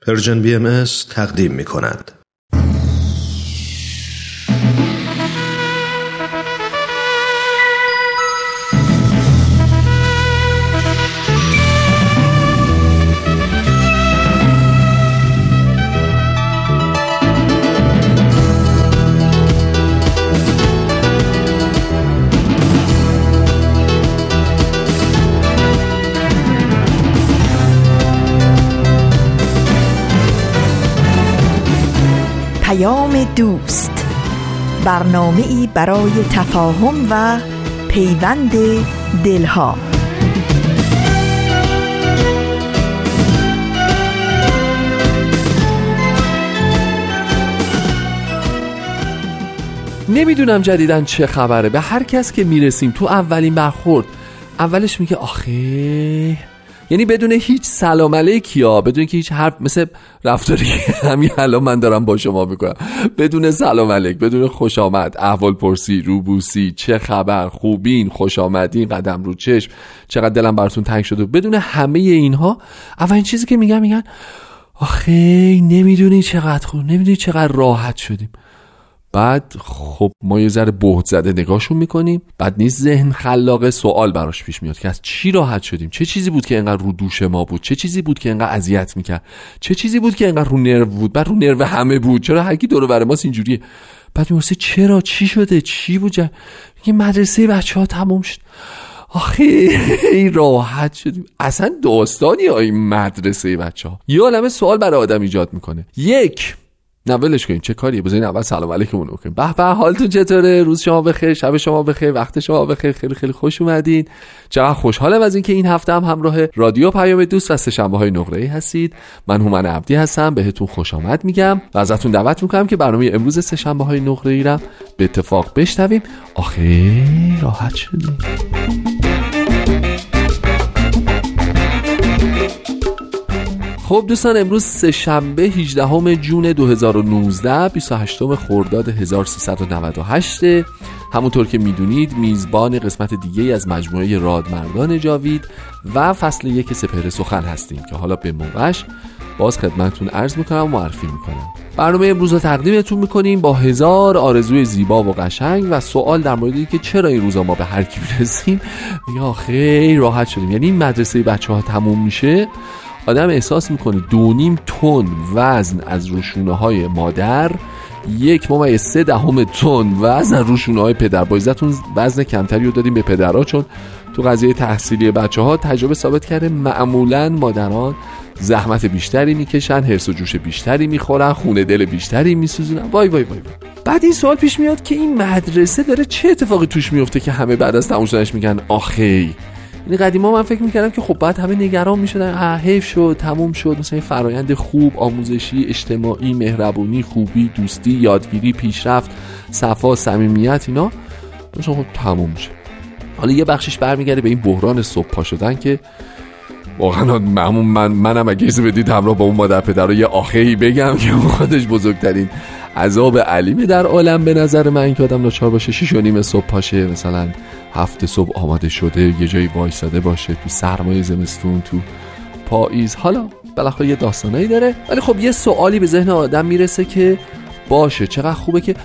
پرژن BMS تقدیم می‌کند. دوست، برنامه‌ای برای تفاهم و پیوند دلها. نمیدونم جدیدن چه خبره. به هر کس که میرسیم تو اولین برخورد اولش میگه آخه، یعنی بدون هیچ سلام علیکی ها، بدون که هیچ حرف، مثل رفتاری که همین الان من دارم با شما میکنم، بدون سلام علیک، بدون خوش آمد، احوال پرسی، روبوسی، چه خبر، خوبین، خوش آمدین، قدم رو چشم، چقدر دلم براتون تنگ شده، بدون همه اینها اولین چیزی که میگن آخه نمیدونی چقدر خوب، نمیدونی چقدر راحت شدیم. بعد خب ما یه ذره بهت زده نگاهشون میکنیم، بعد نیست ذهن خلاقه سوال براش پیش میاد که از چی راحت شدیم، چه چیزی بود که اینقدر رو دوش ما بود، چه چیزی بود که اینقدر اذیت میکرد، چه چیزی بود که اینقدر رو نرو بود، بعد رو نرو همه بود، چرا هر کی دور و بر ماست اینجوریه. بعد میپرسه چرا، چی شده، چی بود؟ میگه مدرسه بچه‌ها تموم شد. آخه راحت شدیم. اصلا داستانی این مدرسه بچه‌ها یه عالمه سوال برای آدم ایجاد میکنه. یک، نه ولش کنین، چه کاریه، بذارین اول سلام علیکم بکنیم. به به، حالتون چطوره؟ روز شما بخیر، شب شما بخیر، وقت شما بخیر، خیلی خیلی خوش اومدین. چقدر خوشحالم از اینکه این هفته هم همراه رادیو پیام دوست و سه‌شنبه‌های نقره‌ای هستید. من هومن عبدی هستم، بهتون خوش آمد میگم و ازتون دعوت میکنم که برنامه امروز سه‌شنبه‌های نقره‌ای رو به اتفاق بشنویم. آخه راحت شدیم. خب دوستان، امروز سه‌شنبه 18 جون 2019 28 خرداد 1398. همونطور که میدونید میزبان قسمت دیگه از مجموعه رادمردان جاوید و فصل 1 سپهر سخن هستیم که حالا به موقعش باز خدمتتون عرض میکنم و معرفی میکنم. برنامه امروز رو تقدیمتون میکنیم با 1000 آرزوی زیبا و قشنگ و سوال در مورد اینکه چرا این روزا ما به هر کی برسیم یا خیلی راحت شدیم. یعنی این مدرسه بچه‌ها تموم میشه، آدم احساس میکنه 2.5 تن وزن از روشونه‌های مادر، 1.3 تن وزن از روشونه‌های پدر. با عزتون وزن کمتری رو دادیم به پدرها، چون تو قضیه تحصیلی بچه‌ها تجربه ثابت کرده معمولاً مادران زحمت بیشتری میکشن، هرس و جوش بیشتری میخورن، خونه دل بیشتری میسوزونن. وای وای وای. بعد این سوال پیش میاد که این مدرسه داره چه اتفاقی توش میفته که همه بعد از تموم شدنش میگن آخی. یعنی قدیما من فکر میکردم که خب بعد همه نگران میشدن، حیف شد، تموم شد، مثلا فرایند خوب، آموزشی، اجتماعی، مهربونی، خوبی، دوستی، یادگیری، پیشرفت، صفا، صمیمیت، اینا مثلا خب تموم میشه. حالا یه بخشش برمیگرده به این بحران صبح پا شدن که واقعا منم اگه ایزه بدید همراه با اون مادر پدر رو یه آخهی بگم که خودش بزرگترین عذاب علیمی در عالم به نظر من، که آدم ناچار باشه 6:30 صبح پاشه، مثلا 7 صبح آماده شده یه جایی وایساده باشه تو سرمای زمستون، تو پاییز. حالا بالاخره یه داستانایی داره، ولی خب یه سوالی به ذهن آدم میرسه که باشه چقدر خوبه که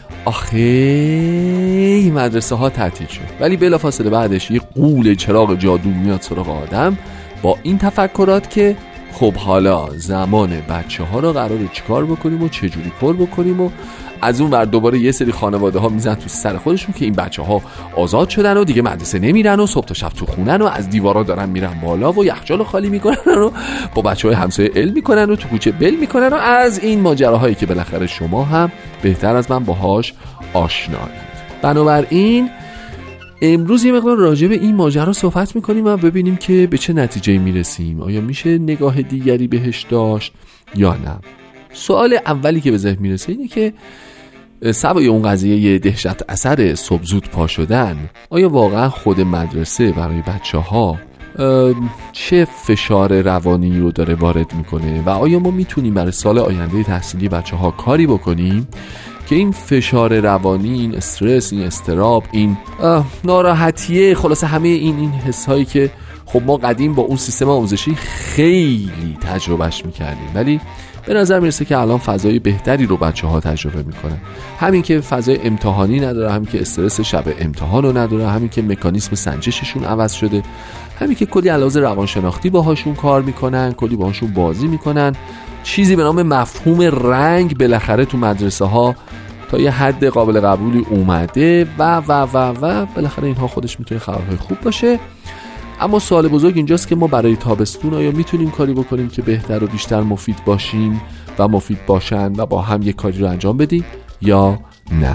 آخه مدرسه ها تعطیل شد، ولی بلافاصله بعدش یه غول چراغ جادو میاد سراغ آدم با این تفکرات که خب حالا زمان بچه ها رو قراره چیکار بکنیم و چجوری پر بکنیم. و از اون ور دوباره یه سری خانواده ها میزن تو سر خودشون که این بچه ها آزاد شدن و دیگه مدرسه نمیرن و صبح تا شب تو خونن و از دیوارا دارن میرن بالا و یخچال خالی میکنن و با بچه های همسایه ال میکنن و تو کوچه بل میکنن و از این ماجراهایی که بالاخره شما هم بهتر از من باهاش آشنایید. بنابراین امروز یه مقدار راجع به این ماجرا صحبت میکنیم و ببینیم که به چه نتیجه‌ای میرسیم. آیا میشه نگاه دیگری بهش داشت یا نه؟ سوال اولی که به ذهن میرسه اینه که سوای اون قضیه دهشت اثر صبح زود پا شدن، آیا واقعا خود مدرسه برای بچه‌ها چه فشار روانی رو داره وارد میکنه و آیا ما میتونیم برای سال آینده تحصیلی بچه‌ها کاری بکنیم که این فشار روانی، این استرس، این اضطراب، این ناراحتیه، خلاصه همه این حسایی که خب ما قدیم با اون سیستم آموزشی خیلی تجربهش میکردیم، ولی به نظر میرسه که الان فضای بهتری رو بچه‌ها تجربه میکنن. همین که فضای امتحانی نداره، همین که استرس شب امتحان رو نداره، همین که مکانیسم سنجششون عوض شده، همین که کلی علاوه روانشناختی باهاشون کار میکنن، کلی باهاشون بازی میکنن، چیزی به نام مفهوم رنگ بالاخره تو مدرسه ها تا یه حد قابل قبولی اومده و بالاخره اینها خودش میتونه خبرهای خوب باشه. اما سوال بزرگ اینجاست که ما برای تابستون آیا میتونیم کاری بکنیم که بهتر و بیشتر مفید باشیم و مفید باشن و با هم یک کاری رو انجام بدیم یا نه؟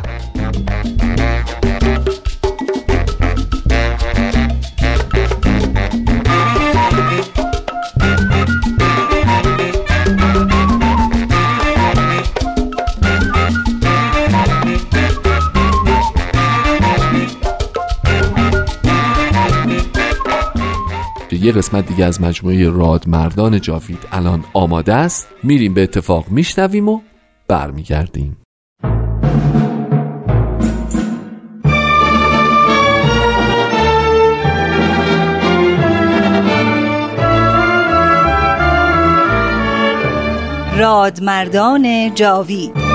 یه قسمت دیگه از مجموعه رادمردان جاوید الان آماده است. میریم به اتفاق میشنویم و برمیگردیم. رادمردان جاوید.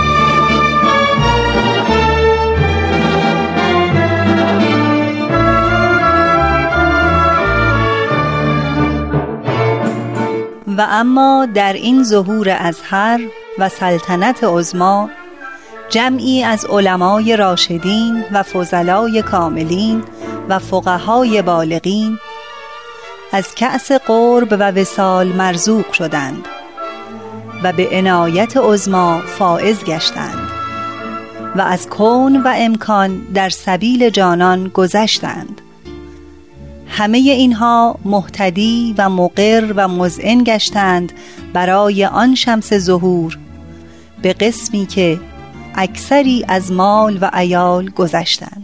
و اما در این ظهور ازهر و سلطنت عظما، جمعی از علمای راشدین و فضلای کاملین و فقهای بالغین از کأس قرب و وصال مرزوق شدند و به عنایت عظما فائز گشتند و از کون و امکان در سبیل جانان گذشتند. همه اینها مهتدی و مقر و مذعن گشتند برای آن شمس ظهور به قسمی که اکثری از مال و عیال گذشتند.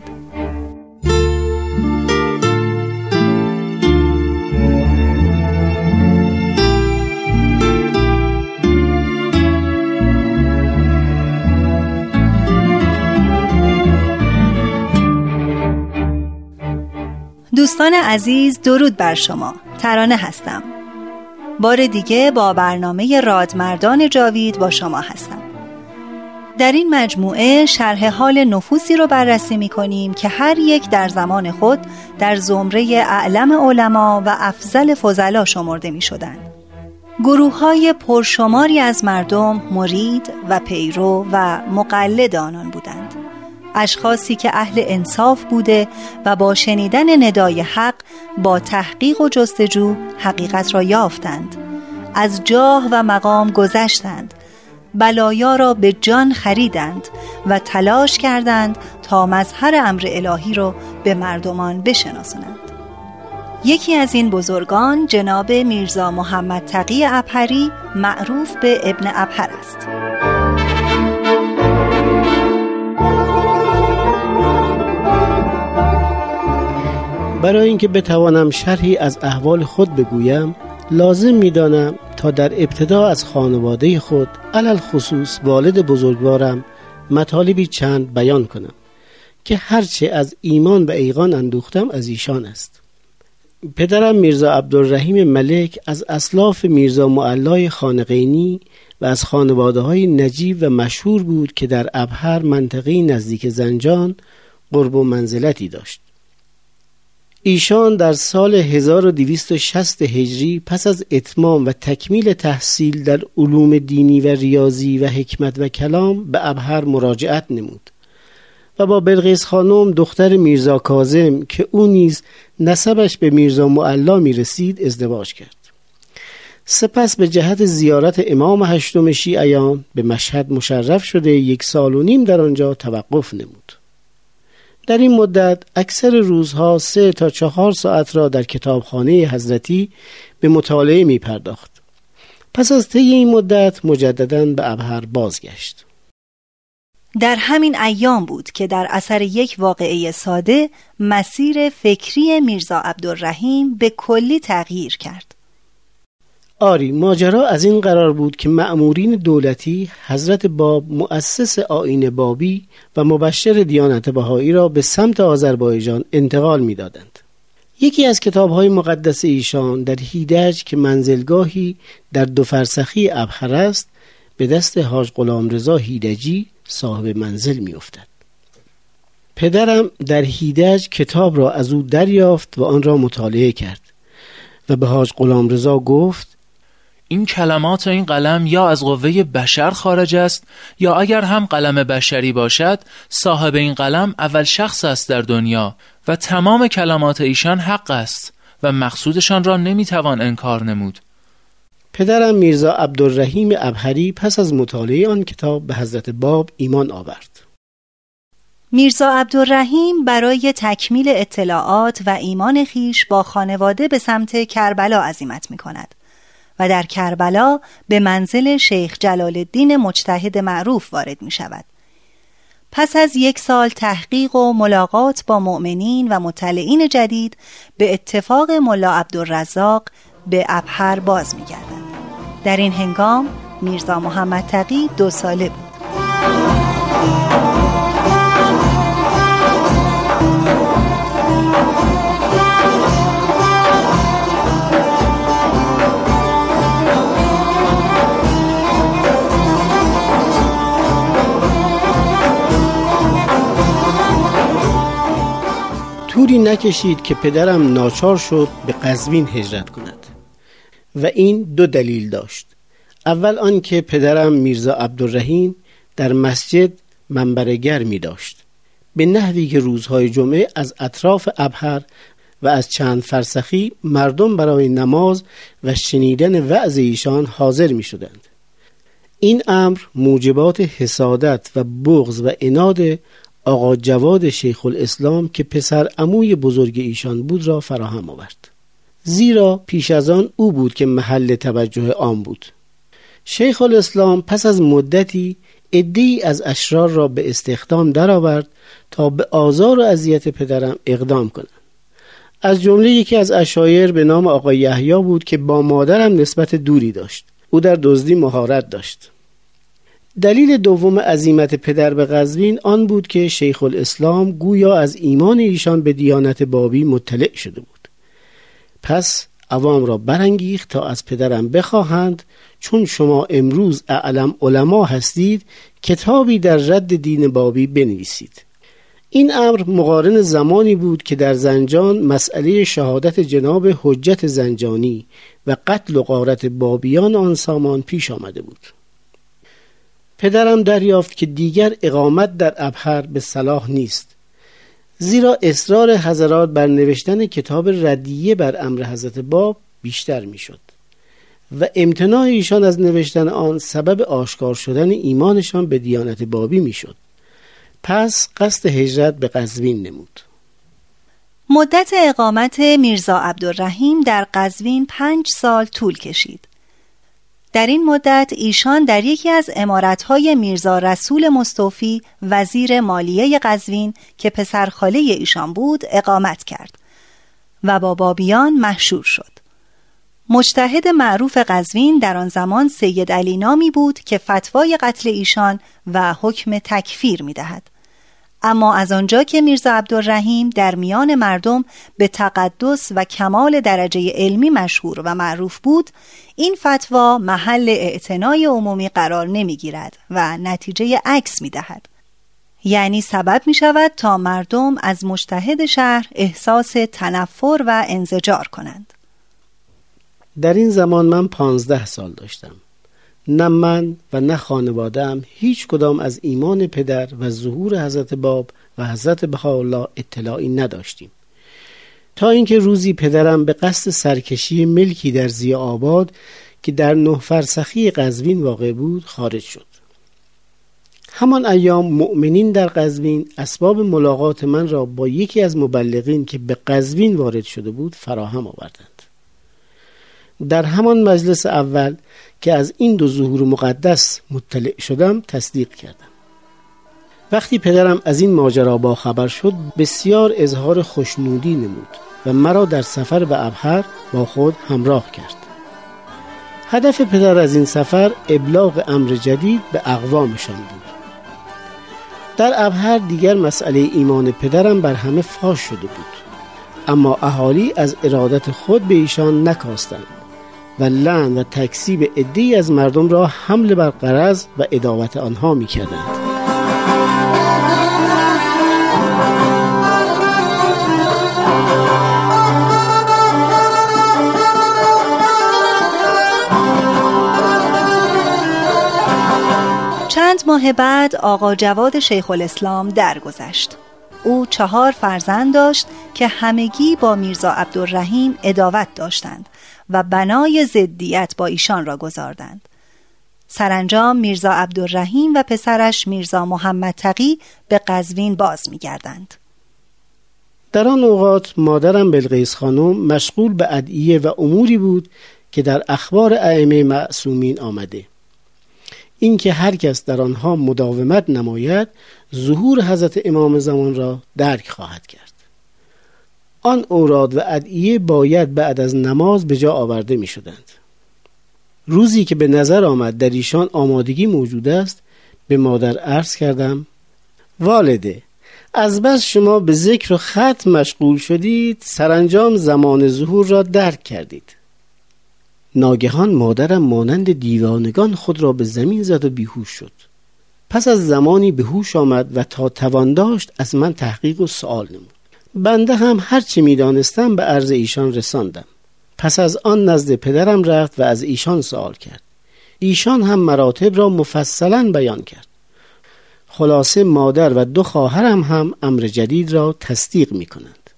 دوستان عزیز، درود بر شما. ترانه هستم. بار دیگه با برنامه رادمردان جاوید با شما هستم. در این مجموعه شرح حال نفوسی رو بررسی می‌کنیم که هر یک در زمان خود در زمره اعلم علما و افضل فضلا شمرده می‌شدند. گروه‌های پرشماری از مردم مرید و پیرو و مقلد آنان بودند. اشخاصی که اهل انصاف بوده و با شنیدن ندای حق با تحقیق و جستجو حقیقت را یافتند، از جاه و مقام گذشتند، بلایا را به جان خریدند و تلاش کردند تا مظهر امر الهی را به مردمان بشناسانند. یکی از این بزرگان جناب میرزا محمد تقی عبهری معروف به ابن عبهر است. برای اینکه بتوانم شرحی از احوال خود بگویم، لازم می‌دانم تا در ابتدا از خانواده خود، علل خصوص والد بزرگوارم، مطالبی چند بیان کنم که هرچه از ایمان و ایقان اندوختم از ایشان است. پدرم میرزا عبدالرحیم ملک از اسلاف میرزا معلای خانقینی و از خانواده‌های نجیب و مشهور بود که در عبهر منطقه نزدیک زنجان قرب و منزلتی داشت. ایشان در سال 1260 هجری پس از اتمام و تکمیل تحصیل در علوم دینی و ریاضی و حکمت و کلام به عبهر مراجعت نمود و با بلقیس خانم دختر میرزا کاظم که او نیز نسبش به میرزا معلا می رسید ازدواج کرد. سپس به جهت زیارت امام هشتم شیعیان به مشهد مشرف شده 1.5 سال در آنجا توقف نمود. در این مدت اکثر روزها 3 تا 4 ساعت را در کتابخانه حضرتی به مطالعه می پرداخت. پس از طی این مدت مجدداً به عبهر بازگشت. در همین ایام بود که در اثر یک واقعه ساده مسیر فکری میرزا عبدالرحیم به کلی تغییر کرد. آری، ماجرا از این قرار بود که مأمورین دولتی حضرت باب مؤسس آیین بابی و مبشر دیانت بهایی را به سمت آذربایجان انتقال می‌دادند. یکی از کتاب‌های مقدس ایشان در هیدج که منزلگاهی در 2 فرسخی ابحر است به دست حاج غلامرضا هیدجی صاحب منزل می‌افتد. پدرم در هیدج کتاب را از او دریافت و آن را مطالعه کرد و به حاج غلامرضا گفت این کلمات و این قلم یا از قوه بشر خارج است یا اگر هم قلم بشری باشد صاحب این قلم اول شخص است در دنیا و تمام کلمات ایشان حق است و مقصودشان را نمیتوان انکار نمود. پدرم میرزا عبدالرحیم ابهری پس از مطالعه آن کتاب به حضرت باب ایمان آورد. میرزا عبدالرحیم برای تکمیل اطلاعات و ایمان خیش با خانواده به سمت کربلا عزیمت می کند و در کربلا به منزل شیخ جلال الدین مجتهد معروف وارد می شود. پس از 1 سال تحقیق و ملاقات با مؤمنین و مطلعین جدید به اتفاق ملا عبدالرزاق به ابحر باز می گردد. در این هنگام میرزا محمد تقی 2 ساله بود. طولی نکشید که پدرم ناچار شد به قزوین هجرت کند و این 2 دلیل داشت. اول آن که پدرم میرزا عبدالرحیم در مسجد منبرگر می داشت به نحوی که روزهای جمعه از اطراف ابحر و از چند فرسخی مردم برای نماز و شنیدن وعظ ایشان حاضر می شدند. این امر موجبات حسادت و بغض و عناد آقا جواد شیخ الاسلام که پسر عموی بزرگ ایشان بود را فراهم آورد، زیرا پیش از آن او بود که محل توجه عام بود. شیخ الاسلام پس از مدتی عده‌ای از اشرار را به استخدام درآورد تا به آزار و اذیت پدرم اقدام کنند. از جمله یکی از عشایر به نام آقا یحیی بود که با مادرم نسبت دوری داشت. او در دزدی مهارت داشت. دلیل دوم عزیمت پدر به قزوین آن بود که شیخ الاسلام گویا از ایمان ایشان به دیانت بابی مطلع شده بود. پس عوام را برانگیخت تا از پدرم بخواهند چون شما امروز اعلم علما هستید کتابی در رد دین بابی بنویسید. این امر مقارن زمانی بود که در زنجان مسئله شهادت جناب حجت زنجانی و قتل و غارت بابیان آن سامان پیش آمده بود. پدرم دریافت که دیگر اقامت در ابحر به صلاح نیست، زیرا اصرار حضرات بر نوشتن کتاب ردیه بر امر حضرت باب بیشتر می شد و امتناع ایشان از نوشتن آن سبب آشکار شدن ایمانشان به دیانت بابی می شد. پس قصد هجرت به قزوین نمود. مدت اقامت میرزا عبدالرحیم در قزوین 5 سال طول کشید. در این مدت ایشان در یکی از امارت‌های میرزا رسول مصطفی وزیر مالیه قزوین که پسرخاله ایشان بود اقامت کرد و با بابیان مشهور شد. مجتهد معروف قزوین در آن زمان سید علی نامی بود که فتوای قتل ایشان و حکم تکفیر می‌دهد. اما از آنجا که میرزا عبدالرحیم در میان مردم به تقدس و کمال درجه علمی مشهور و معروف بود، این فتوا محل اعتنای عمومی قرار نمیگیرد و نتیجه عکس میدهد. یعنی سبب می شود تا مردم از مجتهد شهر احساس تنفر و انزجار کنند. در این زمان من 15 سال داشتم. نه من و نه خانواده‌ام هیچ کدام از ایمان پدر و ظهور حضرت باب و حضرت بهاءالله اطلاعی نداشتیم، تا اینکه روزی پدرم به قصد سرکشی ملکی در ضیاءآباد که در 9 فرسخی قزوین واقع بود خارج شد. همان ایام مؤمنین در قزوین اسباب ملاقات من را با یکی از مبلغین که به قزوین وارد شده بود فراهم آوردند. در همان مجلس اول که از این 2 ظهور مقدس مطلع شدم تصدیق کردم. وقتی پدرم از این ماجرا با خبر شد بسیار اظهار خوشنودی نمود و مرا در سفر به ابحر با خود همراه کرد. هدف پدر از این سفر ابلاغ امر جدید به اقوامشان بود. در ابحر دیگر مسئله ایمان پدرم بر همه فاش شده بود. اما اهالی از ارادت خود به ایشان نکاستند و لعن و تکذیب عده‌ای از مردم را حمل بر غرض و عداوت آنها می‌کردند. چند ماه بعد آقا جواد شیخ الاسلام درگذشت. او 4 فرزند داشت که همگی با میرزا عبدالرحیم عداوت داشتند و بنای ضدیت با ایشان را گذاردند. سرانجام میرزا عبدالرحیم و پسرش میرزا محمد تقی به قزوین باز می‌گردند. در آن اوقات مادرم بلقیس خانم مشغول به ادعیه و اموری بود که در اخبار ائمه معصومین آمده. اینکه هر کس در آنها مداومت نماید ظهور حضرت امام زمان را درک خواهد کرد. آن اوراد و ادعیه باید بعد از نماز به جا آورده می شدند. روزی که به نظر آمد در ایشان آمادگی موجود است، به مادر عرض کردم: والده، از بس شما به ذکر و ختم مشغول شدید، سرانجام زمان ظهور را درک کردید. ناگهان مادرم مانند دیوانگان خود را به زمین زد و بیهوش شد. پس از زمانی به هوش آمد و تا توان داشت از من تحقیق و سؤال نمود. بنده هم هر چه می دانستم به عرض ایشان رساندم. پس از آن نزد پدرم رفت و از ایشان سؤال کرد. ایشان هم مراتب را مفصلا بیان کرد. خلاصه مادر و 2 خواهرم هم امر جدید را تصدیق می کنند.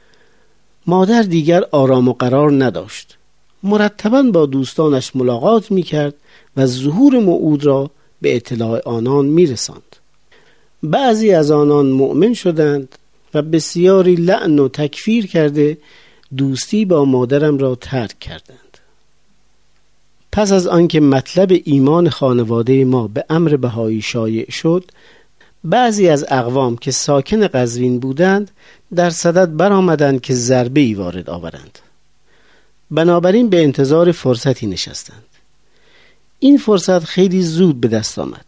مادر دیگر آرام و قرار نداشت. مرتباً با دوستانش ملاقات می کرد و ظهور موعود را به اطلاع آنان می رساند. بعضی از آنان مؤمن شدند و بسیاری لعن و تکفیر کرده دوستی با مادرم را ترک کردند. پس از آنکه مطلب ایمان خانواده ما به امر بهایی شایع شد، بعضی از اقوام که ساکن قزوین بودند در صدد برآمدند که ضربه‌ای وارد آورند. بنابراین به انتظار فرصتی نشستند. این فرصت خیلی زود به دست آمد.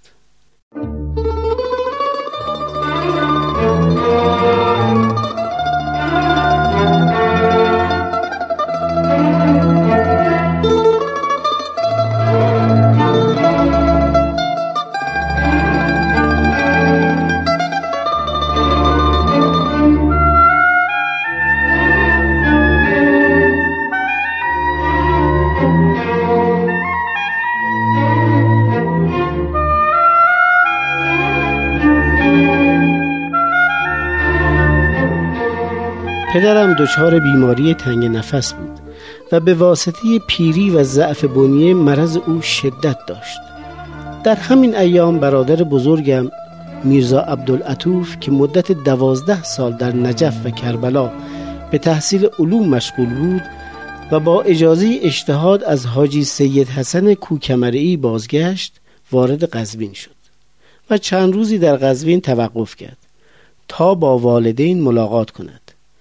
پدرم دچار بیماری تنگ نفس بود و به واسطه پیری و ضعف بنیه مرض او شدت داشت. در همین ایام برادر بزرگم میرزا عبدالعطوف که مدت 12 سال در نجف و کربلا به تحصیل علوم مشغول بود و با اجازه اجتهاد از حاجی سید حسن کوکمرعی بازگشت، وارد قزوین شد و چند روزی در قزوین توقف کرد تا با والدین ملاقات کند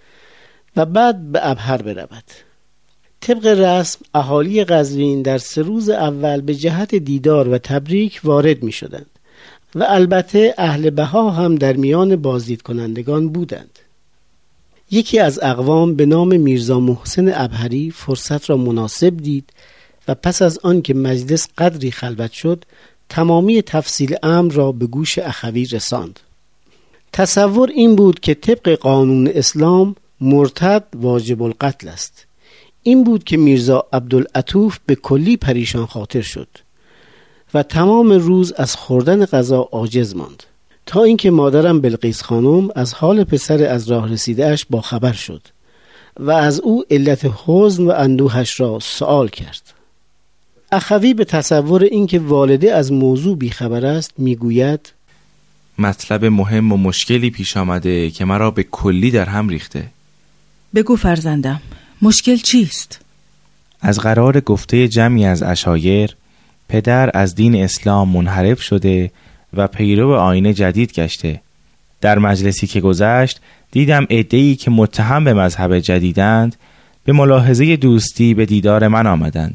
و بعد به ابهر برود. طبق رسم اهالی قزوین در 3 روز اول به جهت دیدار و تبریک وارد می شدند و البته اهل بها هم در میان بازدید کنندگان بودند. یکی از اقوام به نام میرزا محسن ابهری فرصت را مناسب دید و پس از آن که مجلس قدری خلوت شد، تمامی تفصیل امر را به گوش اخوی رساند. تصور این بود که طبق قانون اسلام مرتد واجب القتل است. این بود که میرزا عبدالعطوف به کلی پریشان خاطر شد و تمام روز از خوردن غذا عاجز ماند، تا اینکه مادرم بلقیس خانم از حال پسر از راه رسیده اش با خبر شد و از او علت حزن و اندوهش را سؤال کرد. اخوی به تصور اینکه والده از موضوع بیخبر است میگوید: مطلب مهم و مشکلی پیش آمده که مرا به کلی در هم ریخته. بگو فرزندم، مشکل چیست؟ از قرار گفته جمعی از عشایر، پدر از دین اسلام منحرف شده و پیرو آیین جدید گشته. در مجلسی که گذشت دیدم عده‌ای که متهم به مذهب جدیدند به ملاحظه دوستی به دیدار من آمدند.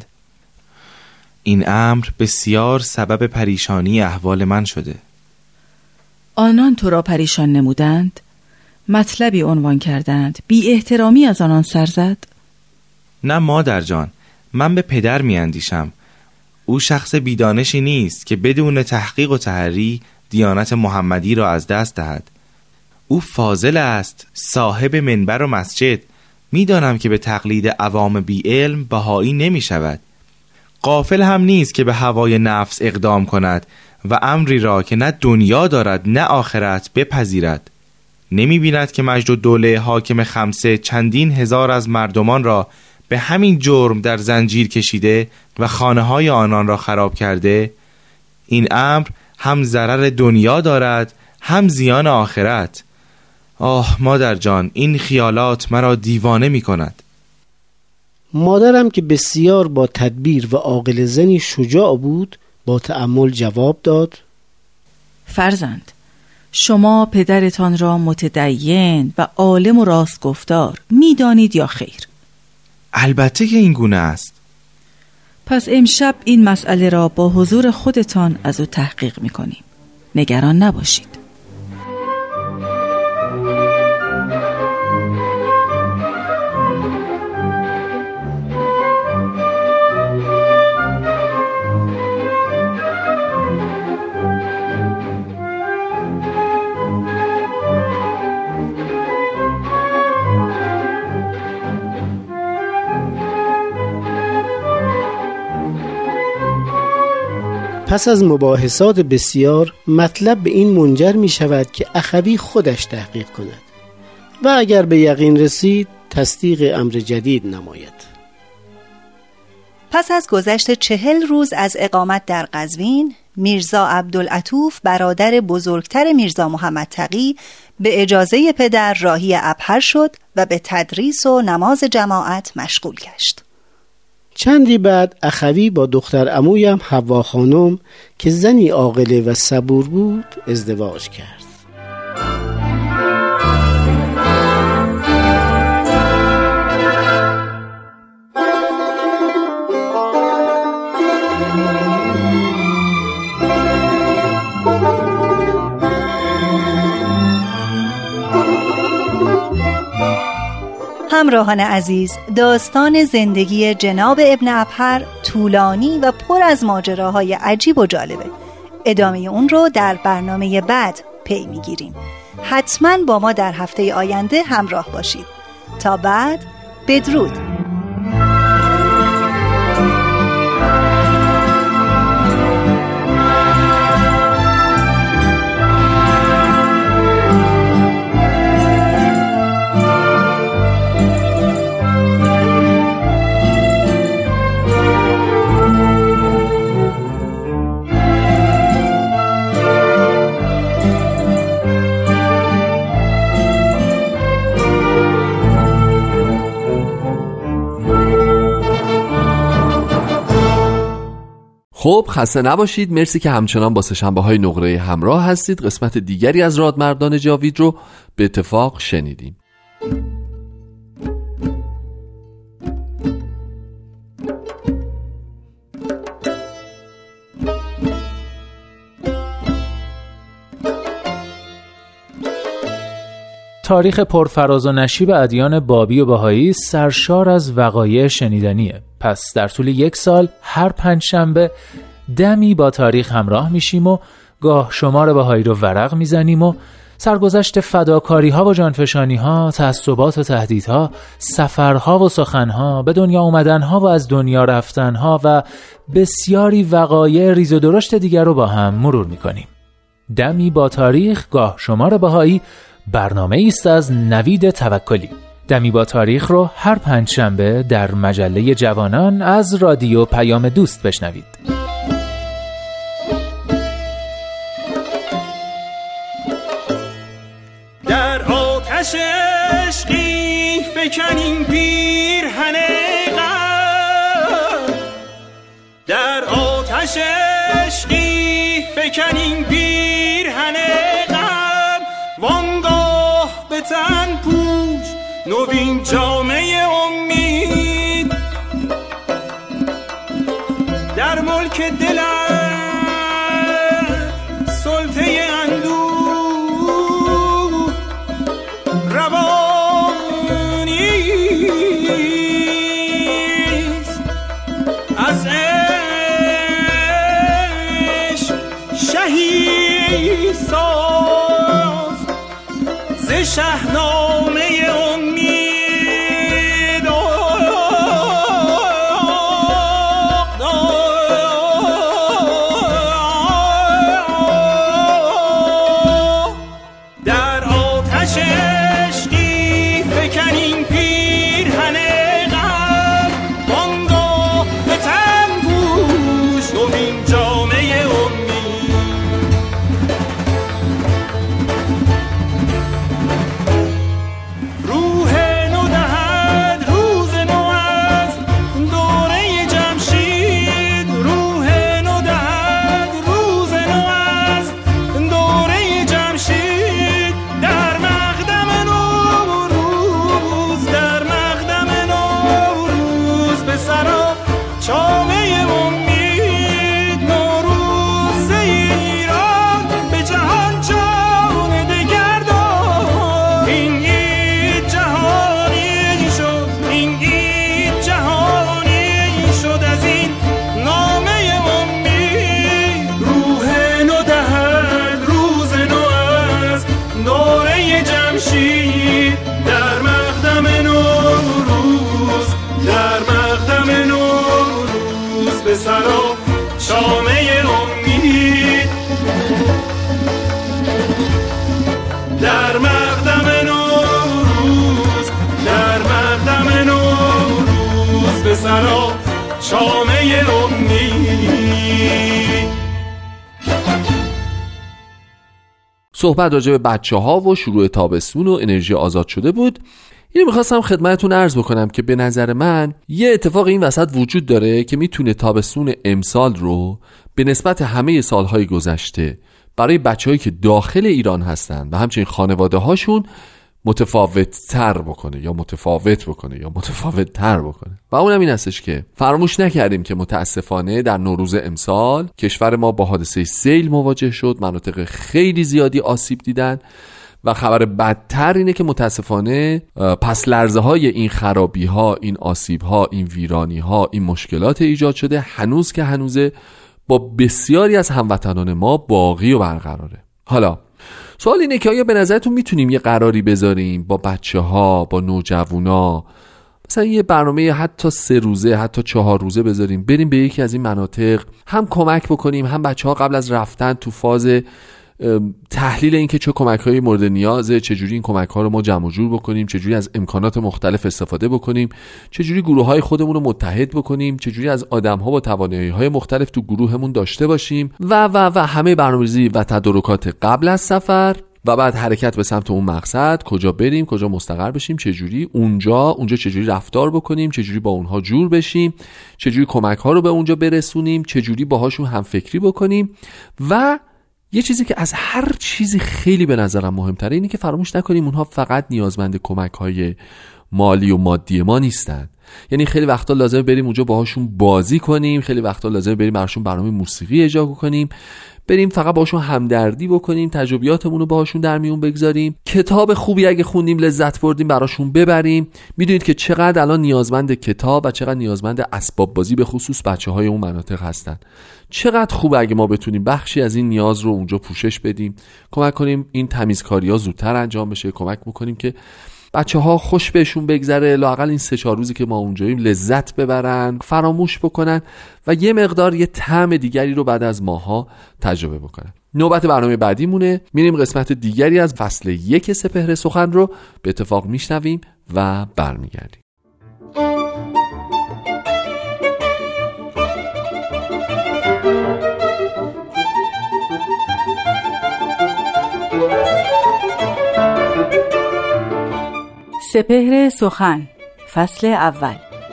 این امر بسیار سبب پریشانی احوال من شده. آنان تو را پریشان نمودند؟ مطلبی عنوان کردند، بی احترامی از آنان سر زد؟ نه مادر جان، من به پدر می اندیشم. او شخص بیدانشی نیست که بدون تحقیق و تحری دیانت محمدی را از دست دهد. او فاضل است، صاحب منبر و مسجد. می دانم که به تقلید عوام بی علم بهایی نمی شود. غافل هم نیست که به هوای نفس اقدام کند و امری را که نه دنیا دارد نه آخرت بپذیرد. نمی بیند که مجدالدوله حاکم خمسه چندین هزار از مردمان را به همین جرم در زنجیر کشیده و خانه‌های آنان را خراب کرده؟ این امر هم ضرر دنیا دارد هم زیان آخرت. آه مادر جان، این خیالات مرا دیوانه می کند. مادرم که بسیار با تدبیر و عاقل زنی شجاع بود با تأمل جواب داد: فرزند، شما پدرتان را متدین و عالم و راستگفتار می دانید یا خیر؟ البته که این گونه است. پس امشب این مسئله را با حضور خودتان از او تحقیق می کنیم. نگران نباشید. پس از مباحثات بسیار مطلب به این منجر می شود که اخوی خودش تحقیق کند و اگر به یقین رسید تصدیق امر جدید نماید. پس از گذشت 40 روز از اقامت در قزوین، میرزا عبدالعطوف برادر بزرگتر میرزا محمد تقی به اجازه پدر راهی ابهر شد و به تدریس و نماز جماعت مشغول گشت. چندی بعد اخوی با دختر عمویم حوا خانم که زنی عاقله و صبور بود ازدواج کرد. همراهان عزیز، داستان زندگی جناب ابن ابهر طولانی و پر از ماجراهای عجیب و جالبه. ادامه اون رو در برنامه بعد پی میگیریم. حتما با ما در هفته آینده همراه باشید. تا بعد، بدرود. خب خسته نباشید. مرسی که همچنان با سه‌شنبه‌های نقره همراه هستید. قسمت دیگری از رادمردان جاوید رو به اتفاق شنیدیم. تاریخ پرفراز و نشیب ادیان بابی و بهایی سرشار از وقایع شنیدنیه. پس در طول 1 سال هر 5 شنبه دمی با تاریخ همراه میشیم و گاه شمار بهایی رو ورق میزنیم و سرگذشت فداکاری ها و جانفشانی ها، تعصبات و تهدیدها، سفرها و سخنها، به دنیا اومدن ها و از دنیا رفتن ها و بسیاری وقایع ریز و درشت دیگر رو با هم مرور میکنیم. دمی با تاریخ گاه شمار بهایی برنامه است از نوید توکلی. دمی با تاریخ رو هر 5 شنبه در مجله جوانان از رادیو پیام دوست بشنوید. در آتش عشقی فکنیم پیرهن غم، در آتش عشقی فکنیم پیرهن غم، وانگاه به تن پوش نوین جامعه امید، در ملک دلت سلطه اندوه آگهی ساز ز شهنامه امید. در آتش عشقی فکنیم پیرهن غم، وانگاه به تن پوشیم جامه امید. روح نو دهد روز نو از دوره جمشید، روح نو دهد روز نو از دوره جمشید. در مقدم نوروز، در مقدم نوروز به سرا چامه امید. نوروز ایران به جهان جان دگر داد. این عید جهانی شد، این عید جهانی شد از این نامه امید. روح نو دهد روز نو از دوره جمشید. در مقدم نوروز، در مقدم نوروز به سرا شامه امید. در مقدم نوروز، در مقدم نوروز به سرا شامه امید. صحبت راجع به بچه‌ها و شروع تابستون و انرژی آزاد شده بود. اینو میخواستم خدمتتون عرض بکنم که به نظر من یه اتفاق این وسط وجود داره که میتونه تابستون امسال رو به نسبت همه سالهای گذشته برای بچه‌هایی که داخل ایران هستن و همچنین خانواده هاشون متفاوت تر بکنه یا متفاوت بکنه یا متفاوت تر بکنه. و اونم این هستش که فراموش نکردیم که متاسفانه در نوروز امسال کشور ما با حادثه سیل مواجه شد، مناطق خیلی زیادی آسیب دیدن و خبر بدتر اینه که متاسفانه پس لرزه های این خرابی ها، این آسیب ها، این ویرانی ها، این مشکلات ایجاد شده هنوز که هنوزه با بسیاری از هموطنان ما باقی و برقراره. حالا سوال اینه که آیا به نظرتون میتونیم یه قراری بذاریم با بچه ها، با نوجوانا، مثلا یه برنامه حتی 3 روزه، حتی 4 روزه بذاریم، بریم به یکی از این مناطق هم کمک بکنیم، هم بچه ها قبل از رفتن تو فاز تحلیل این که چه کمک‌های مورد نیازه، چجوری این کمک‌ها رو ما جمع و جور بکنیم، چجوری از امکانات مختلف استفاده بکنیم، چجوری گروه‌های خودمون رو متحد بکنیم، چجوری از آدم‌ها با توانایی‌های مختلف تو گروهمون داشته باشیم و همه برنامه‌ریزی و تدارکات قبل از سفر و بعد حرکت به سمت اون مقصد، کجا بریم، کجا مستقر بشیم، چجوری اونجا چجوری رفتار بکنیم، چجوری با اونها جور بشیم، چجوری کمک‌ها رو به اونجا برسونیم، چجوری باهاشون همفکری بکنیم. و یه چیزی که از هر چیزی خیلی به نظرم مهمتره اینه که فراموش نکنیم اونها فقط نیازمند کمک‌های مالی و مادی ما نیستن. یعنی خیلی وقتا لازمه بریم اونجا باهاشون بازی کنیم، خیلی وقتا لازمه بریم براشون برنامه موسیقی اجرا کنیم، بریم فقط باهاشون همدردی بکنیم، تجربیاتمون رو باهاشون در میون بگذاریم، کتاب خوبی اگه خوندیم لذت بردیم براشون ببریم. میدونید که چقدر الان نیازمند کتاب و چقدر نیازمند اسباب بازی به خصوص بچه‌های اون مناطق هستن. چقدر خوبه اگه ما بتونیم بخشی از این نیاز رو اونجا پوشش بدیم، کمک کنیم این تمیزکاری‌ها زودتر انجام بشه، کمک بکنیم که بچه‌ها خوش بهشون بگذره، لااقل این 3-4 روزی که ما اونجاییم لذت ببرن، فراموش بکنن و یه مقدار یه طعم دیگری رو بعد از ماها تجربه بکنن. نوبت برنامه بعدیمونه، میریم قسمت دیگری از فصل 1 سپهر سخن رو به اتفاق میشنویم و برمیگردیم. سپهر سخن فصل اول.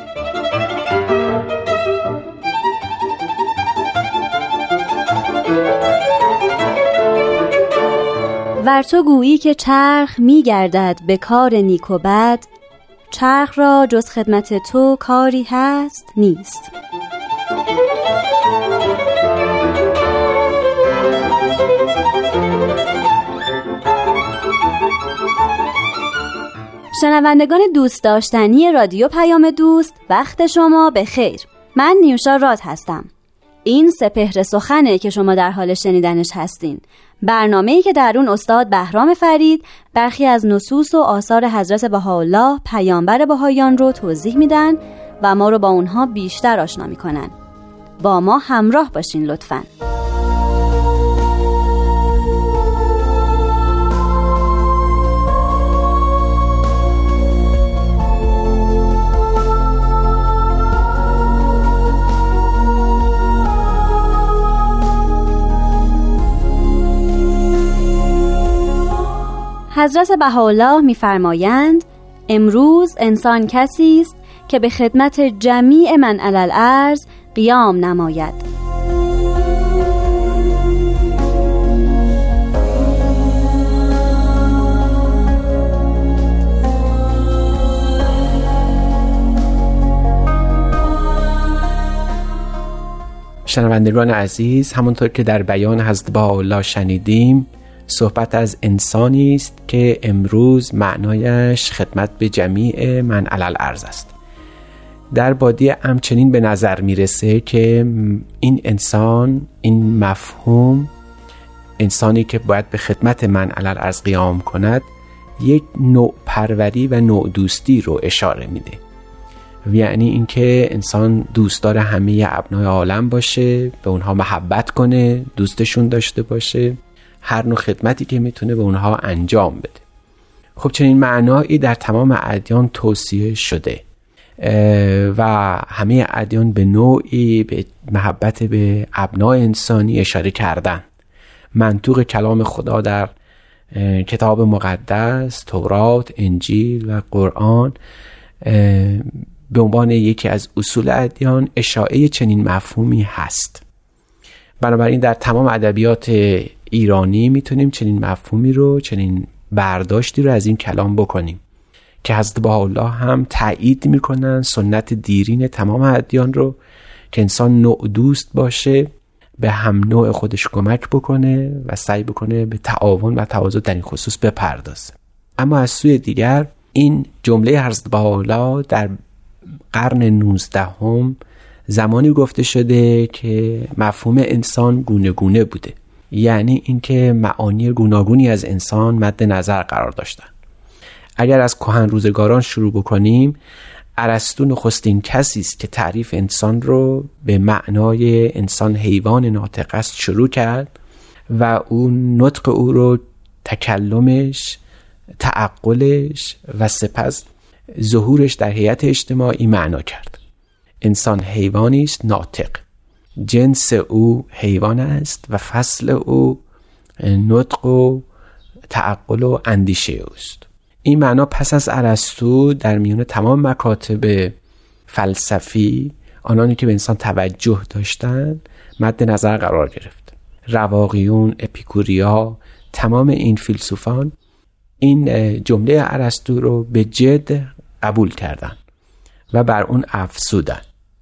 ور تو گویی که چرخ می گردد به کار نیک و بد، چرخ را جز خدمت تو کاری هست نیست. شنوندگان دوست داشتنی رادیو پیام دوست، وقت شما به خیر. من نیوشا راد هستم. این سپهر سخنه که شما در حال شنیدنش هستین. برنامه‌ای که در اون استاد بهرام فرید برخی از نصوص و آثار حضرت بهاءالله پیامبر بهائیان رو توضیح میدن و ما رو با اونها بیشتر آشنا میکنن. با ما همراه باشین لطفاً. حضرت بهاءالله می‌فرمایند امروز انسان کسی است که به خدمت جمیع من علی الارض قیام نماید. شنوندگان عزیز، همونطور که در بیان حضرت بهاءالله شنیدیم، صحبت از انسانی است که امروز معنایش خدمت به جمیع من علی الارض است. در بادیه همچنین به نظر میرسه که این انسان، این مفهوم، انسانی که باید به خدمت من علی الارض قیام کند، یک نوع پروری و نوع دوستی رو اشاره میده. یعنی اینکه انسان دوست داره همه ابنای عالم باشه، به اونها محبت کنه، دوستشون داشته باشه، هر نوع خدمتی که میتونه به اونها انجام بده. خب چنین معنایی در تمام ادیان توصیه شده و همه ادیان به نوعی به محبت به ابنای انسانی اشاره کردن. منطوق کلام خدا در کتاب مقدس، تورات، انجیل و قرآن به عنوان یکی از اصول ادیان اشاعه چنین مفهومی هست. بنابراین در تمام ادبیات ایرانی میتونیم چنین مفهومی رو، چنین برداشتی رو از این کلام بکنیم که حضرت بهاءالله هم تایید میکنن سنت دیرین تمام ادیان رو که انسان نوع دوست باشه، به هم نوع خودش کمک بکنه و سعی بکنه به تعاون و تواضع در این خصوص بپردازه. اما از سوی دیگر این جمله حضرت بهاءالله در قرن 19 زمانی گفته شده که مفهوم انسان گونه گونه بوده، یعنی اینکه معانی گوناگونی از انسان مد نظر قرار داشتن. اگر از کهن روزگاران شروع بکنیم، ارسطو نخستین کسی است که تعریف انسان رو به معنای انسان حیوان ناطق است شروع کرد و اون نطق او رو تکلمش، تعقلش و سپس ظهورش در هیئت اجتماعی معنا کرد. انسان حیوانی است ناطق، جنس او حیوان است و فصل او نطق و تعقل و اندیشه اوست. این معنا پس از ارسطو در میان تمام مکاتب فلسفی، آنانی که به انسان توجه داشتند، مد نظر قرار گرفت. رواقیون، اپیکوریا، تمام این فیلسوفان این جمله ارسطو رو به جد قبول کردند و بر اون افزودن.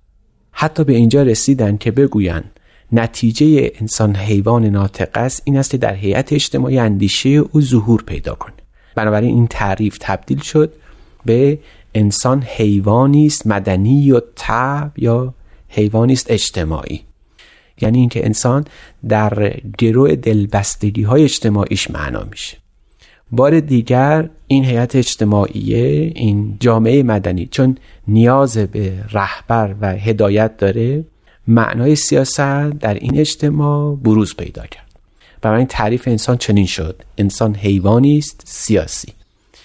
حتی به اینجا رسیدن که بگوین نتیجه انسان حیوان ناطق است این است که در هیئت اجتماعی اندیشه او ظهور پیدا کنه. بنابراین این تعریف تبدیل شد به انسان حیوانی است مدنی و طبع یا حیوانی است اجتماعی، یعنی اینکه انسان در گروه دلبستگی های اجتماعیش معنا میشه. بار دیگر این هیئت اجتماعی، این جامعه مدنی، چون نیاز به رهبر و هدایت داره، معنای سیاست در این اجتماع بروز پیدا کرد. برای تعریف انسان چنین شد: انسان حیوانی است سیاسی.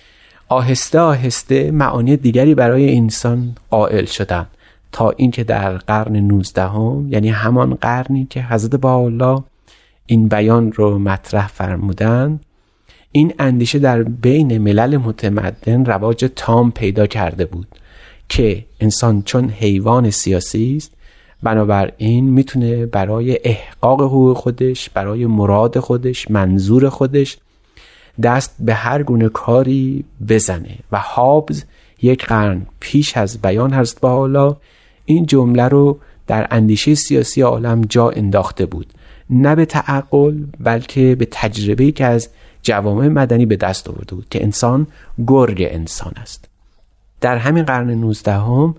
آهسته آهسته معانی دیگری برای انسان قائل شدند تا اینکه در قرن 19 یعنی همان قرنی که حضرت بهاءالله این بیان رو مطرح فرمودند، این اندیشه در بین ملل متمدن رواج تام پیدا کرده بود که انسان چون حیوان سیاسی است، بنابراین میتونه برای احقاق حقوق خودش، برای مراد خودش، منظور خودش دست به هر گونه کاری بزنه. و هابز یک قرن پیش از بیان حضرت بهاءالله این جمله رو در اندیشه سیاسی عالم جا انداخته بود، نه به تعقل بلکه به تجربه‌ای که از جوامع مدنی به دست آورده بود که انسان گرگ انسان است. در همین قرن 19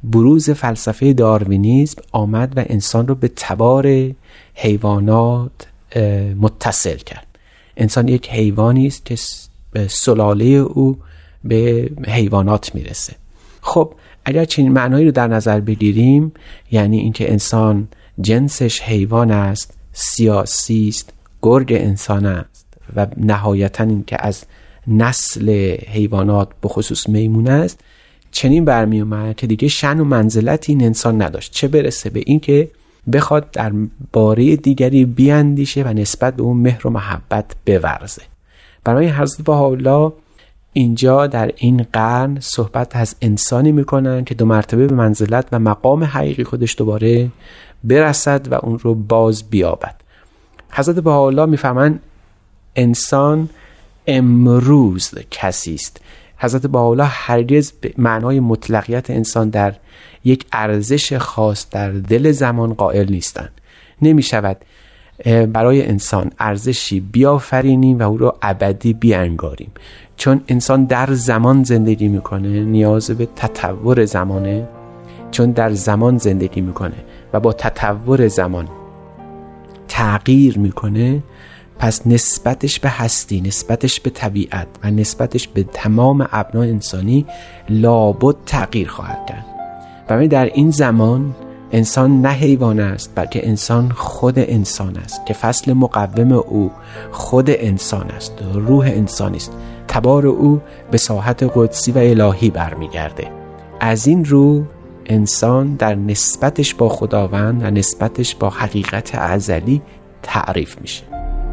بروز فلسفه داروینیسم آمد و انسان رو به تبار حیوانات متصل کرد. انسان یک حیوانی است که سلاله او به حیوانات میرسه. خب اگر چنین معنایی رو در نظر بگیریم، یعنی اینکه انسان جنسش حیوان است، سیاسی است، گرگ انسان است و نهایتاً اینکه از نسل حیوانات به خصوص میمون است، چنین برمی اومد که دیگه شأن و منزلت این انسان نداشت، چه برسه به این که بخواد در باره دیگری بیاندیشه و نسبت به اون مهر و محبت بورزه. برای حضرت بهاءالله اینجا در این قرن صحبت از انسانی میکنن که 2 مرتبه به منزلت و مقام حقیقی خودش دوباره برسد و اون رو باز بیابد. حضرت بهاءالله میفهمن انسان امروز کسی است. حضرت بهاءالله هرگز به معنای مطلقیت انسان در یک ارزش خاص در دل زمان قائل نیستند. نمی شود برای انسان ارزشی بیافرینیم و او را ابدی بیانگاریم، چون انسان در زمان زندگی میکنه، نیاز به تطور زمانه، چون در زمان زندگی میکنه و با تطور زمان تغییر میکنه، پس نسبتش به هستی، نسبتش به طبیعت و نسبتش به تمام ابنای انسانی لابد تغییر خواهد کرد. برای در این زمان انسان نه حیوان است، بلکه انسان خود انسان است که فصل مقوم او خود انسان است، روح انسانی است، تبار او به ساحت قدسی و الهی برمیگرده. از این رو انسان در نسبتش با خداوند و نسبتش با حقیقت ازلی تعریف میشه.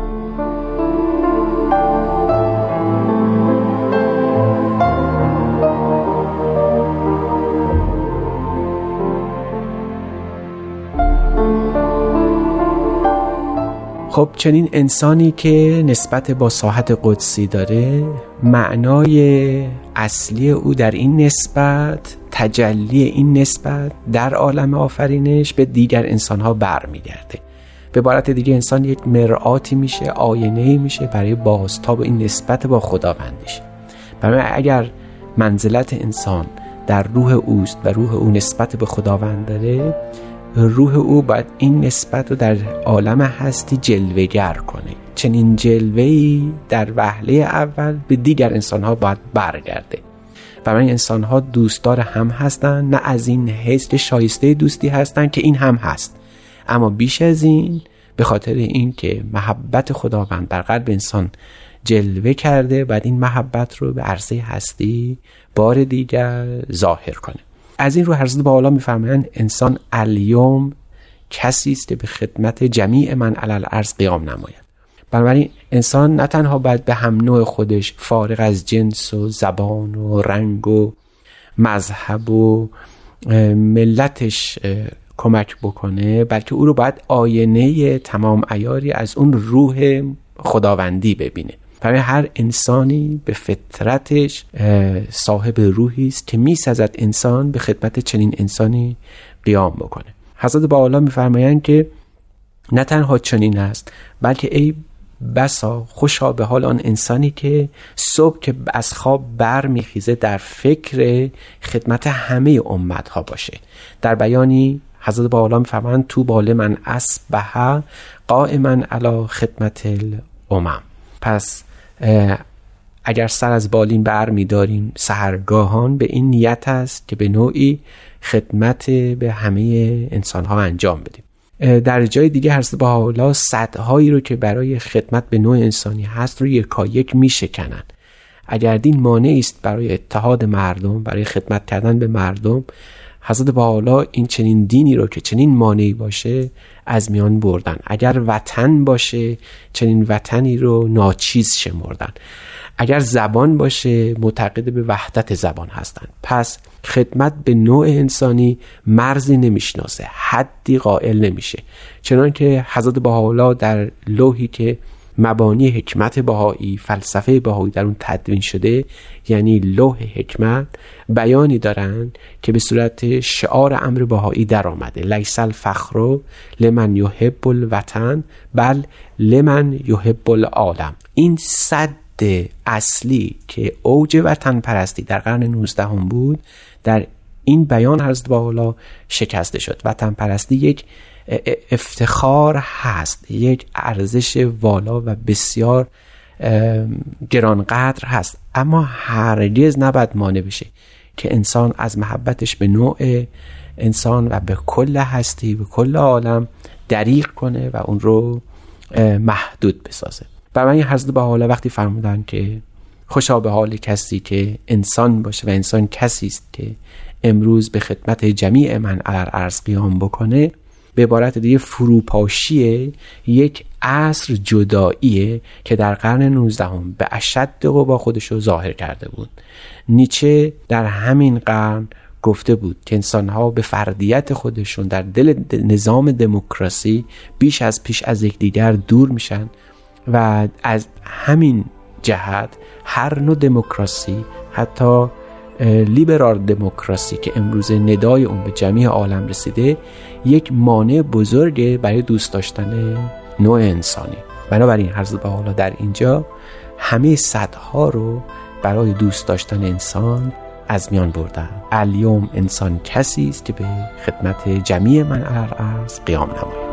خب چنین انسانی که نسبت با ساحت قدسی داره، معنای اصلی او در این نسبت، تجلی این نسبت در عالم آفرینش به دیگر انسانها برمیگرده. به عبارت دیگه انسان یک مرآتی میشه، آینه‌ای میشه برای بازتاب این نسبت با خداوندش. برای اگر منزلت انسان در روح اوست و روح او نسبت به خداوند داره، روح او باید این نسبت رو در عالم هستی جلوه‌گر کنه. چنین جلوه‌ای در وهله اول به دیگر انسان‌ها باید برگرده. برای انسان‌ها دوستدار هم هستن، نه از این حیث که شایسته دوستی هستن که این هم هست، اما بیش از این به خاطر این که محبت خداوند در قلب انسان جلوه کرده، بعد این محبت رو به عرصه هستی بار دیگر ظاهر کنه. از این رو حضرت بهاءالله می‌فرمایند انسان الیوم کسی است که به خدمت جمیع من علی الارض قیام نماید. بنابراین انسان نه تنها باید به هم نوع خودش فارغ از جنس و زبان و رنگ و مذهب و ملتش کمک بکنه، بلکه او رو باید آینه تمام عیاری از اون روح خداوندی ببینه. برای هر انسانی به فطرتش صاحب روحی است که می‌سزد انسان به خدمت چنین انسانی قیام بکنه. حضرت بهاءالله می‌فرمایند که نه تنها چنین است، بلکه ای بسا خوشا به حال آن انسانی که صبح که از خواب بر میخیزه در فکر خدمت همه امتها باشه. در بیانی حضرت بهاءالله می‌فرمایند تو بال من اصبح قائما علی خدمت الامم. پس اگر سر از بالین بر می‌داریم سحرگاهان، به این نیت است که به نوعی خدمت به همه انسان‌ها انجام بدیم. در جای دیگه حضرت بهاءالله سدهایی رو که برای خدمت به نوع انسانی هست رو یکایک میشکنن. اگر دین مانعی است برای اتحاد مردم، برای خدمت کردن به مردم، حضرت بهاءالله این چنین دینی رو که چنین مانعی باشه از میان بردن. اگر وطن باشه چنین وطنی رو ناچیز شمردن. اگر زبان باشه معتقد به وحدت زبان هستن. پس خدمت به نوع انسانی مرزی نمیشناسه، حدی قائل نمیشه. چنانکه حضرت بهاءالله در لوحی که مبانی حکمت بهایی، فلسفه بهایی در اون تدوین شده، یعنی لوح حکمت، بیانی دارن که به صورت شعار امر بهایی در آمده: لیس الفخر لمن یحب الوطن بل لمن یحب العالم. این صد اصلی که اوج وطن پرستی در قرن 19 بود، در این بیان حضرت بهاءالله شکسته شد. وطن پرستی یک افتخار هست، یک ارزش والا و بسیار گرانقدر هست، اما هرگز نباید مانع بشه که انسان از محبتش به نوع انسان و به کل هستی، به کل عالم دریغ کنه و اون رو محدود بسازه. برای حضرت بهاءالله وقتی فرمودن که خوشا به حال کسی که انسان باشه و انسان کسی است که امروز به خدمت جمیع من الارض قیام بکنه، به عبارت دیگه فروپاشی یک عصر جداییه که در قرن 19 به اشد قوا خودشو ظاهر کرده بود. نیچه در همین قرن گفته بود که انسان‌ها به فردیت خودشون در دل نظام دموکراسی بیش از پیش از یکدیگر دور میشن و از همین جهت هر نوع دموکراسی، حتی لیبرال دموکراسی که امروز ندای اون به جمیع عالم رسیده، یک مانع بزرگه برای دوست داشتن نوع انسانی. بنابراین حضرت بهاءالله در اینجا همه سدها رو برای دوست داشتن انسان از میان بردن. الیوم انسان کسی است که به خدمت جمیع من الارض قیام نماید.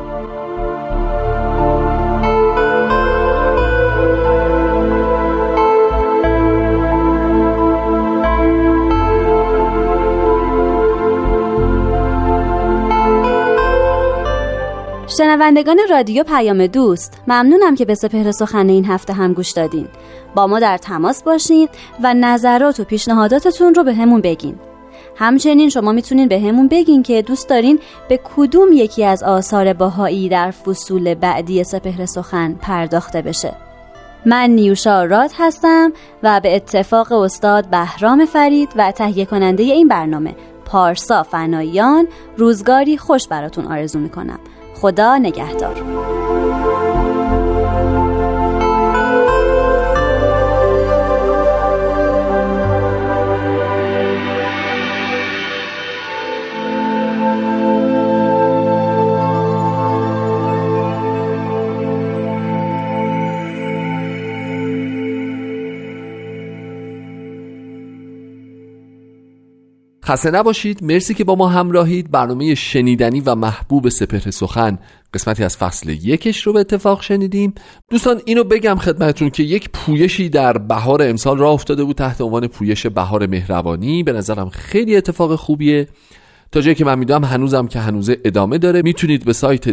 شنوندگان رادیو پیام دوست، ممنونم که به سپهر سخن این هفته هم گوش دادین. با ما در تماس باشین و نظرات و پیشنهاداتتون رو به همون بگین. همچنین شما میتونین به همون بگین که دوست دارین به کدوم یکی از آثار بهایی در فصول بعدی سپهر سخن پرداخته بشه. من نیوشا راد هستم و به اتفاق استاد بهرام فرید و تهیه کننده این برنامه پارسا فناییان روزگاری خوش براتون آرزو میکنم. خدا نگهدار. خسته نباشید. مرسی که با ما همراهید. برنامه شنیدنی و محبوب سپهر سخن قسمتی از فصل 1 رو به اتفاق شنیدیم. دوستان اینو بگم خدمتتون که یک پویشی در بهار امسال راه افتاده بود تحت عنوان پویش بهار مهربانی. به نظرم خیلی اتفاق خوبیه. تا جایی که من میدونم هنوزم که هنوزه ادامه داره. میتونید به سایت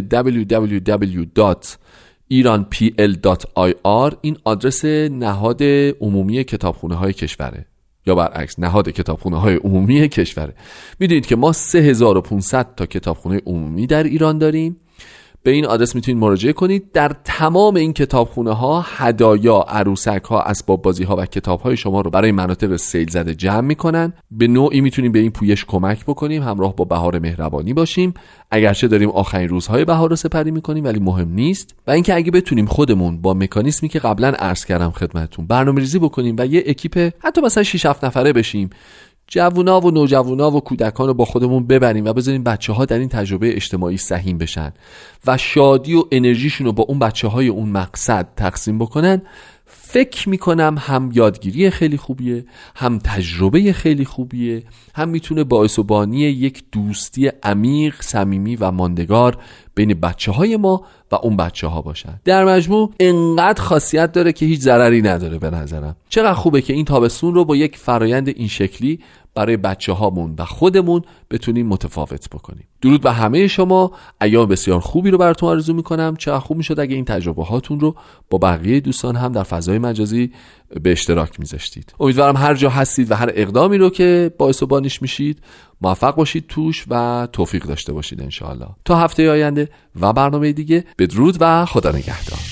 www.iranpl.ir، این آدرس نهاد عمومی کتابخونه های کشوره، یا برعکس نهاد کتابخونه های عمومی کشوره. میدونید که ما 3500 تا کتابخونه عمومی در ایران داریم. به این آدرس میتونید مراجعه کنید. در تمام این کتابخونه ها هدایا، عروسک ها، اسباب بازی ها و کتاب های شما رو برای مناطق سیل زده جمع میکنن. به نوعی میتونیم به این پویش کمک بکنیم، همراه با بهار مهربانی باشیم. اگرچه داریم آخرین روزهای بهار رو سپری میکنیم ولی مهم نیست. و اینکه اگه بتونیم خودمون با مکانیزمی که قبلا عرض کردم خدمتتون برنامه‌ریزی بکنیم و یه اکیپ حتی مثلا 6-7 نفره بشیم، جوونا و نوجوانا و کودکان رو با خودمون ببریم و بذاریم بچه‌ها در این تجربه اجتماعی سهیم بشن و شادی و انرژیشون رو با اون بچه‌های اون مقصد تقسیم بکنن، فکر میکنم هم یادگیری خیلی خوبیه، هم تجربه خیلی خوبیه، هم میتونه باعث و بانی یک دوستی عمیق، صمیمی و ماندگار بین بچه‌های ما و اون بچه‌ها باشن. در مجموع انقدر خاصیت داره که هیچ ضرری نداره. به نظرم چقدر خوبه که این تابستون رو با یک فرایند این شکلی برای بچه‌هامون و خودمون بتونیم متفاوت بکنیم. درود به همه شما. ایام بسیار خوبی رو براتون آرزو میکنم. چقدر خوب میشد اگه این تجربه هاتون رو با بقیه دوستان هم در فضای مجازی به اشتراک میذاشتید. امیدوارم هر جا هستید و هر اقدامی رو که باعث و بانیش میشید موفق باشید توش و توفیق داشته باشید انشاءالله. تا هفته آینده و برنامه دیگه، بدرود و خدا نگهدار.